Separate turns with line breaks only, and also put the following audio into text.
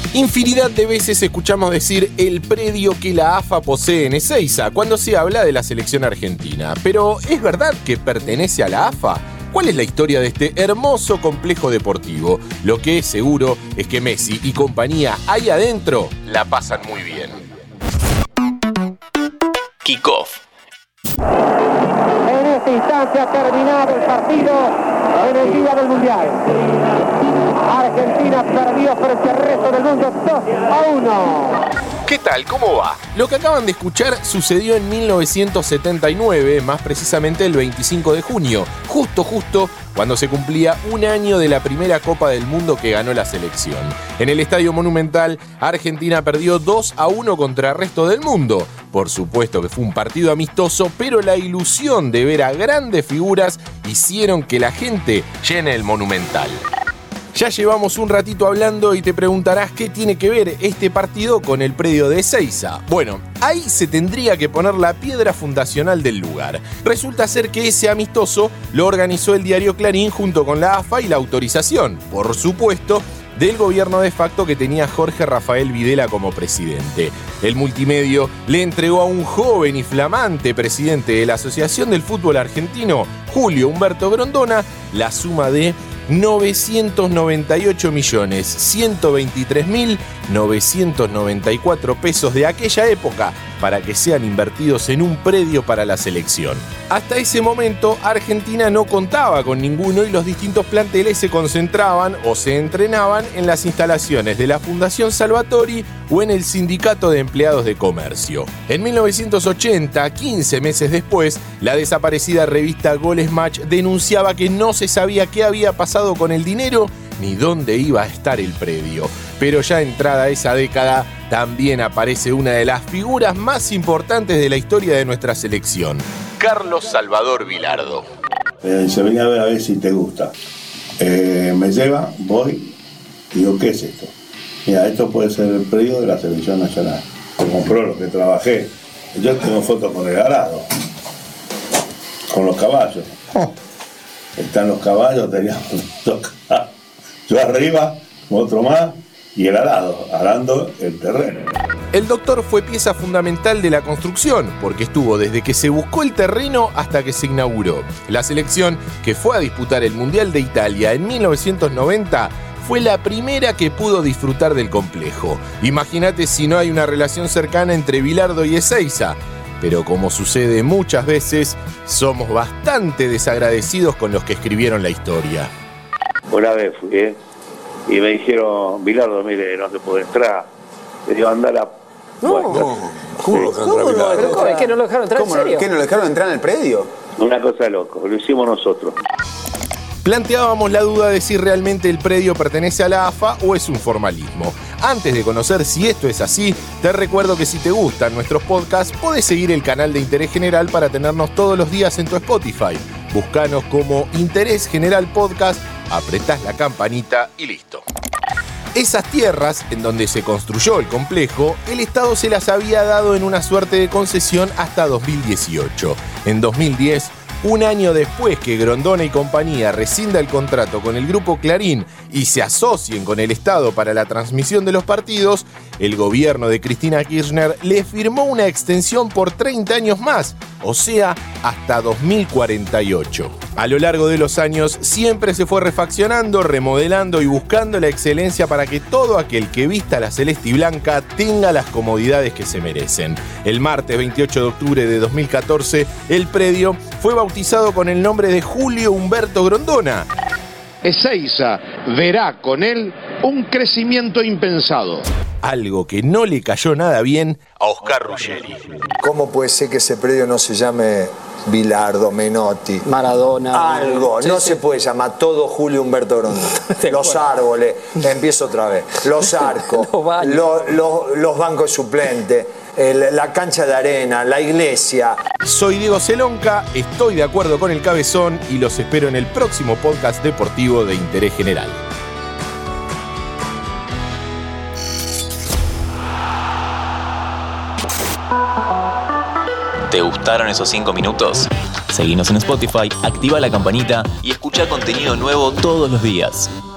Infinidad de veces escuchamos decir el predio que la AFA posee en Ezeiza cuando se habla de la selección argentina. Pero ¿es verdad que pertenece a la AFA? ¿Cuál es la historia de este hermoso complejo deportivo? Lo que es seguro es que Messi y compañía ahí adentro la pasan muy bien. Kickoff.
En esta instancia ha terminado el partido en el día del Mundial. Argentina perdió frente al resto del mundo 2-1.
¿Qué tal? ¿Cómo va? Lo que acaban de escuchar sucedió en 1979, más precisamente el 25 de junio, justo cuando se cumplía un año de la primera Copa del Mundo que ganó la selección. En el Estadio Monumental, Argentina perdió 2-1 contra el resto del mundo. Por supuesto que fue un partido amistoso, pero la ilusión de ver a grandes figuras hicieron que la gente llene el Monumental. Ya llevamos un ratito hablando y te preguntarás qué tiene que ver este partido con el predio de Ezeiza. Bueno, ahí se tendría que poner la piedra fundacional del lugar. Resulta ser que ese amistoso lo organizó el diario Clarín junto con la AFA y la autorización, por supuesto, del gobierno de facto que tenía Jorge Rafael Videla como presidente. El multimedio le entregó a un joven y flamante presidente de la Asociación del Fútbol Argentino, Julio Humberto Grondona, la suma de 998.123.994 pesos de aquella época para que sean invertidos en un predio para la selección. Hasta ese momento, Argentina no contaba con ninguno y los distintos planteles se concentraban o se entrenaban en las instalaciones de la Fundación Salvatori o en el Sindicato de Empleados de Comercio. En 1980, 15 meses después, la desaparecida revista Goles Match denunciaba que no se sabía qué había pasado con el dinero ni dónde iba a estar el predio. Pero ya entrada esa década, también aparece una de las figuras más importantes de la historia de nuestra selección, Carlos Salvador Vilardo.
Se venía a ver si te gusta. Me lleva, voy, digo, ¿qué es esto? Mira, esto puede ser el predio de la selección nacional. Se compró lo que trabajé. Yo tengo fotos con el arado, con los caballos. Están los caballos, teníamos dos caballos. Yo arriba, otro más, y el arado, arando el terreno.
El doctor fue pieza fundamental de la construcción, porque estuvo desde que se buscó el terreno hasta que se inauguró. La selección, que fue a disputar el Mundial de Italia en 1990, fue la primera que pudo disfrutar del complejo. Imagínate si no hay una relación cercana entre Vilardo y Ezeiza. Pero como sucede muchas veces, somos bastante desagradecidos con los que escribieron la historia.
Una vez fui, y me dijeron, Vilardo, mire, no se puede entrar. Le digo, anda la...
¿Cómo es que no lo dejaron entrar? ¿En serio?
¿Qué no lo dejaron entrar en el predio?
Una cosa loco, lo hicimos nosotros.
Planteábamos la duda de si realmente el predio pertenece a la AFA o es un formalismo. Antes de conocer si esto es así, te recuerdo que si te gustan nuestros podcasts, podés seguir el canal de Interés General para tenernos todos los días en tu Spotify. Búscanos como Interés General Podcast, apretás la campanita y listo. Esas tierras en donde se construyó el complejo, el Estado se las había dado en una suerte de concesión hasta 2018. En 2010, un año después que Grondona y compañía rescinda el contrato con el Grupo Clarín y se asocien con el Estado para la transmisión de los partidos, el gobierno de Cristina Kirchner le firmó una extensión por 30 años más, o sea, hasta 2048. A lo largo de los años siempre se fue refaccionando, remodelando y buscando la excelencia para que todo aquel que vista la celeste y blanca tenga las comodidades que se merecen. El martes 28 de octubre de 2014, el predio fue bautizado con el nombre de Julio Humberto Grondona.
Ezeiza verá con él un crecimiento impensado.
Algo que no le cayó nada bien a Oscar Ruggeri.
¿Cómo puede ser que ese predio no se llame Bilardo, Menotti,
Maradona?
Algo, no se puede llamar todo Julio Humberto Grondona. Los árboles, empiezo otra vez, los arcos, los bancos suplentes, la cancha de arena, la iglesia.
Soy Diego Celonca, estoy de acuerdo con el cabezón y los espero en el próximo podcast deportivo de Interés General.
¿Te gustaron esos 5 minutos? Seguinos en Spotify, activa la campanita y escucha contenido nuevo todos los días.